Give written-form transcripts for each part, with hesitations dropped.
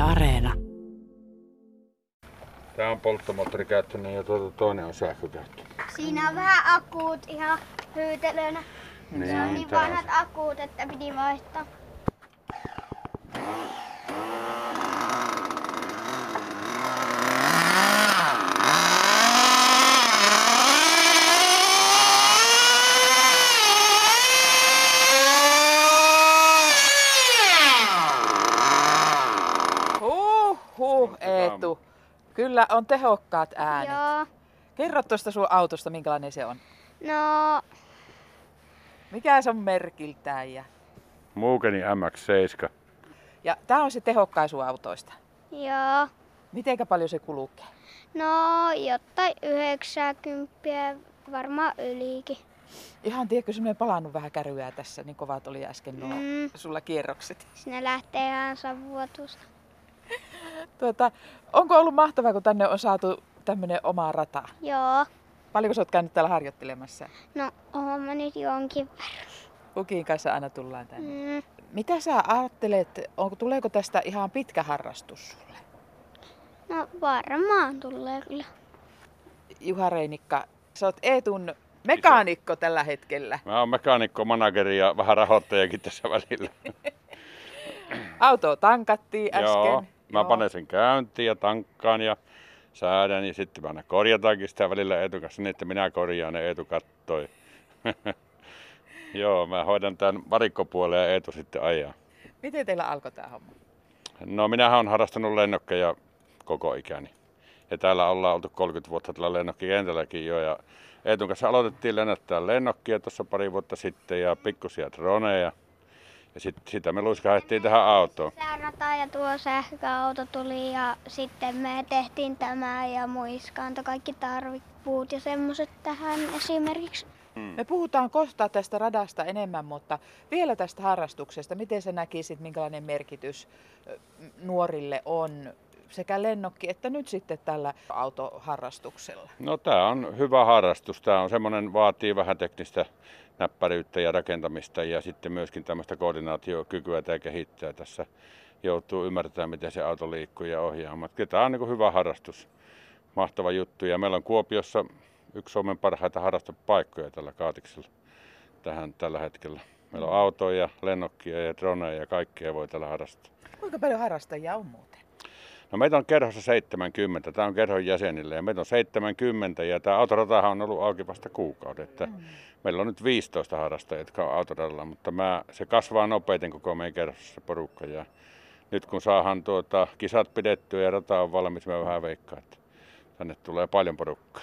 Areena. Tää on polttomoottorikäyttöinen ja toinen on sähkökäyttöinen. Siinä on vähän akut ihan hyytelönä. Se on niin vanhat akut, että piti vaihtaa. Eetu. Kyllä on tehokkaat äänet. Joo. Kerro tuosta sun autosta, minkälainen se on. No, Mikä se on merkiltään? Muukeni MX-7. Ja tää on se tehokkain sun autoista. joo. Mitenkä paljon se kulkee? No, jotain 90, varmaan ylikin. Ihan tiedätkö, semmoinen palannut vähän käryää tässä, niin kovat oli äsken nuo sulla kierrokset. Sinne lähtee ihan savuotusta. Onko ollut mahtavaa, kun tänne on saatu tämmönen oma rata? Joo. Paljonko sä oot käynyt täällä harjoittelemassa? No, oon mä nyt jonkin verran. Ukin kanssa aina tullaan tänne. Mitä sä ajattelet, tuleeko tästä ihan pitkä harrastus sulle? No, varmaan tulee kyllä. Juha Reinikka, sä oot Eetun mekaanikko tällä hetkellä. Mä oon mekaanikko, manageri ja vähän rahoittajakin tässä välillä. Auto tankattiin äsken. Joo, mä panen sen käyntiin ja tankkaan ja säädän ja sitten mä aina korjataankin sitä välillä Eetu kanssa niin, että minä korjaan ja Eetu kattoi. Joo, mä hoidan tämän varikkopuolen ja Eetu sitten ajaa. Miten teillä alkoi tää homma? No minähän olen harrastanut lennokkeja koko ikäni. Ja täällä ollaan oltu 30 vuotta tällä lennokkikentälläkin jo. Ja Eetun kanssa aloitettiin lennättää lennokkia tuossa pari vuotta sitten ja pikkusia droneja. Ja sitten sitä me luiskahdettiin tähän autoon. Rata ja tuo sähköauto tuli ja sitten me tehtiin tämä ja muiskaanto kaikki tarvikpuut ja semmoset tähän esimerkiksi. Me puhutaan kohta tästä radasta enemmän, mutta vielä tästä harrastuksesta. Miten sä näkisit, minkälainen merkitys nuorille on sekä lennokki että nyt sitten tällä autoharrastuksella? No tää on hyvä harrastus. Tää on semmoinen, vaatii vähän teknistä näppäryyttä ja rakentamista ja sitten myöskin tämmöistä koordinaatiokykyä tää kehittää. Tässä joutuu ymmärtämään, miten se auto liikkuu ja ohjaamaan. Tää on niin kuin hyvä harrastus. Mahtava juttu. Ja meillä on Kuopiossa yksi Suomen parhaita harrastepaikkoja tällä Kaatiksella tällä hetkellä. Meillä on autoja, lennokkia ja droneja ja kaikkea voi tällä harrastaa. Kuinka paljon harrastajia on muuten? No meitä on kerhossa 70. Tämä on kerhon jäsenille ja meitä on 70 ja tämä autoratahan on ollut auki vasta kuukauden. Että meillä on nyt 15 harrastajia, jotka on autoradalla, mutta se kasvaa nopeiten koko meidän kerhossa se porukka. Ja nyt kun saadaan kisat pidettyä ja rata on valmis, me vähän veikkaan, että tänne tulee paljon porukkaa.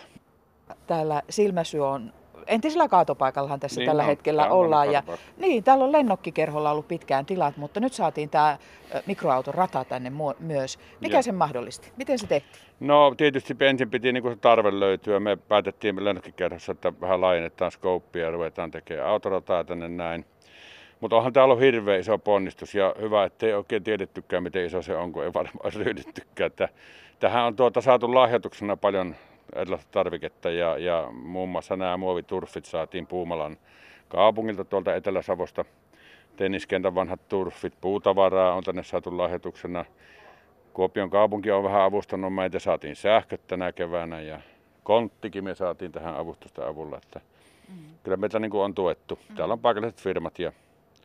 Täällä Silmäsyö on entisellä kaatopaikallahan tässä Niin tällä on, hetkellä tää on ollaan. Ja, kaatopaikka. niin, täällä on lennokkikerholla ollut pitkään tilat, mutta nyt saatiin tämä mikroautorata tänne myös. Mikä Joo. sen mahdollisti? Miten se tehtiin? No tietysti ensin piti niin kuin se tarve löytyä. Me päätettiin lennokkikerhossa, että vähän laajennetaan skouppia ja ruvetaan tekemään autorataa tänne näin. Mutta onhan täällä ollut hirveän iso ponnistus ja hyvä, ettei oikein tiedettykään, miten iso se on, kun ei varmaan olisi ryhdyttykään. Tähän on saatu lahjoituksena paljon erilaista tarviketta ja muun muassa nämä muoviturfit saatiin Puumalan kaupungilta tuolta Etelä-Savosta. Tenniskentän vanhat turfit, puutavaraa on tänne saatu lahjoituksena. Kuopion kaupunki on vähän avustanut meitä, saatiin sähköt tänä keväänä ja konttikin me saatiin tähän avustusten avulla. Että kyllä meitä niin kuin on tuettu. Täällä on paikalliset firmat ja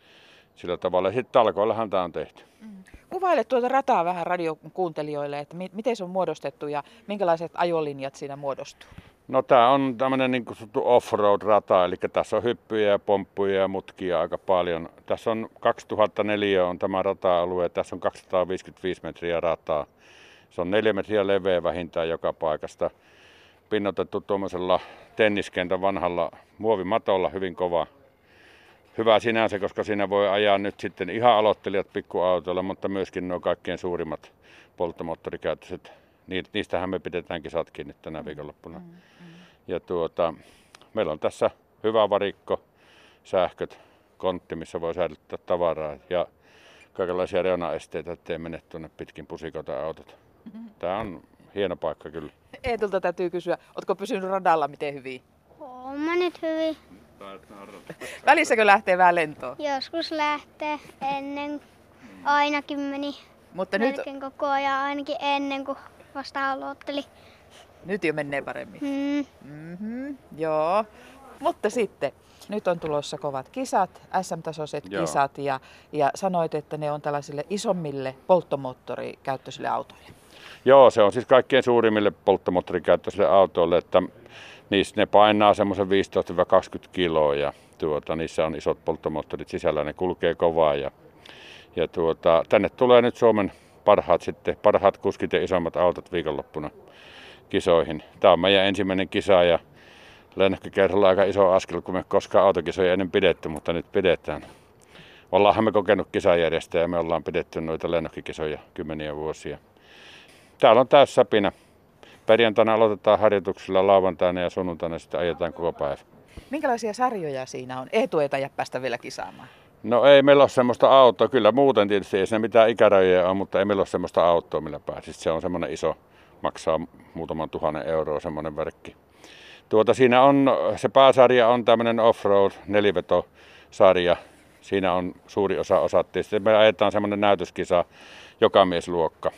sillä tavalla. Sitten talkoillahan tämä on tehty. Kuvaile tuota rataa vähän radiokuuntelijoille, että miten se on muodostettu ja minkälaiset ajolinjat siinä muodostuu. No tämä on tämmöinen niin kutsuttu off-road-rata, eli tässä on hyppyjä ja pomppuja ja mutkia aika paljon. Tässä on 2004 on tämä rata-alue ja tässä on 255 metriä rataa. Se on 4 metriä leveä vähintään joka paikasta. Pinnoitettu tuommoisella tenniskentän vanhalla muovimatolla hyvin kova. Hyvä sinänsä, koska siinä voi ajaa nyt sitten ihan aloittelijat pikkuautoilla, mutta myöskin nuo kaikkein suurimmat polttomoottorikäyttöiset. Niistähän me pidetään kisatkin nyt tänä viikonloppuna. Ja meillä on tässä hyvä varikko, sähköt, kontti, missä voi säilyttää tavaraa ja kaikenlaisia reunaesteitä, ettei mene tuonne pitkin pusikoita autot. Tämä on hieno paikka kyllä. Eetulta täytyy kysyä, ootko pysynyt radalla miten hyvin? Oon mä nyt hyvin. Välissäkö lähtee vähän lentoon? Joskus lähtee ennen ainakin meni Mutta nyt, melkein koko ajan, ainakin ennen kuin vasta aloittelin. nyt jo menee paremmin. Joo. Mutta sitten, nyt on tulossa kovat kisat, SM-tasoiset Joo. kisat ja sanoit, että ne on tällaisille isommille polttomoottorikäyttöisille autoille. Joo, se on siis kaikkein suurimmille polttomoottorikäyttöisille autoille, että ne painaa semmoisen 15-20 kiloa ja niissä on isot polttomoottorit sisällä, ne kulkee kovaa ja tänne tulee nyt Suomen parhaat kuskit ja isommat autot viikonloppuna kisoihin. Tämä on meidän ensimmäinen kisa ja lennokkikerralla aika iso askel, kun me koskaan autokisoja ennen pidetty, mutta nyt pidetään. Ollaanhan me kokenut kisajärjestäjä ja me ollaan pidetty noita lennokkikisoja kymmeniä vuosia. Täällä on täys säpinä. Perjantaina aloitetaan harjoituksilla, lauantaina ja sunnuntaina sitten ajetaan koko päivä. Minkälaisia sarjoja siinä on? Eetu ei taida päästä vielä kisaamaan. No ei meillä ole semmoista autoa. Kyllä muuten tietysti ei siinä mitään ikärajoja ole, mutta ei meillä ole semmoista autoa, millä pääsisi. Se on semmoinen iso, maksaa muutaman 1000 euroa semmoinen verkki. Siinä on, se pääsarja on tämmöinen offroad nelivetosarja. Siinä on suuri osa osattiin. Sitten me ajetaan semmoinen näytöskisa, jokamiesluokka,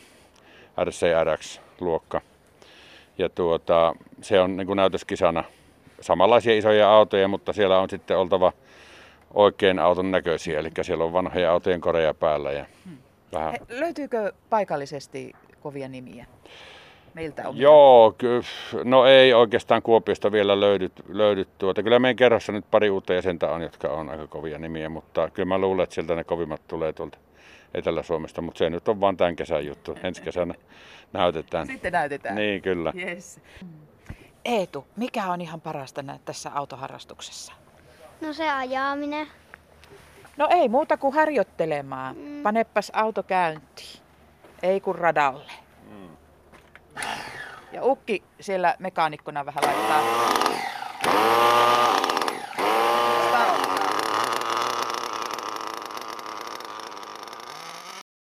RCRX-luokka. Ja se on niin kuin näytöskisana samanlaisia isoja autoja, mutta siellä on sitten oltava oikein auton näköisiä. Eli siellä on vanhoja autojen koreja päällä. Ja vähän. Löytyykö paikallisesti kovia nimiä? Meiltä on. Joo, no ei oikeastaan Kuopiosta vielä löydy. Kyllä meidän kerrossa nyt pari uutta jäsentä on, jotka on aika kovia nimiä, mutta kyllä mä luulen, että sieltä ne kovimmat tulee tuolta Etelä-Suomesta, mutta se nyt on vaan tämän kesän juttu. Ensi kesänä näytetään. Sitten näytetään. Niin, kyllä. Yes. Eetu, mikä on ihan parasta tässä autoharrastuksessa? No se ajaminen. No ei muuta kuin harjoittelemaan. Panepas auto käyntiin. Ei kun radalle. Ja ukki siellä mekaanikkona vähän laittaa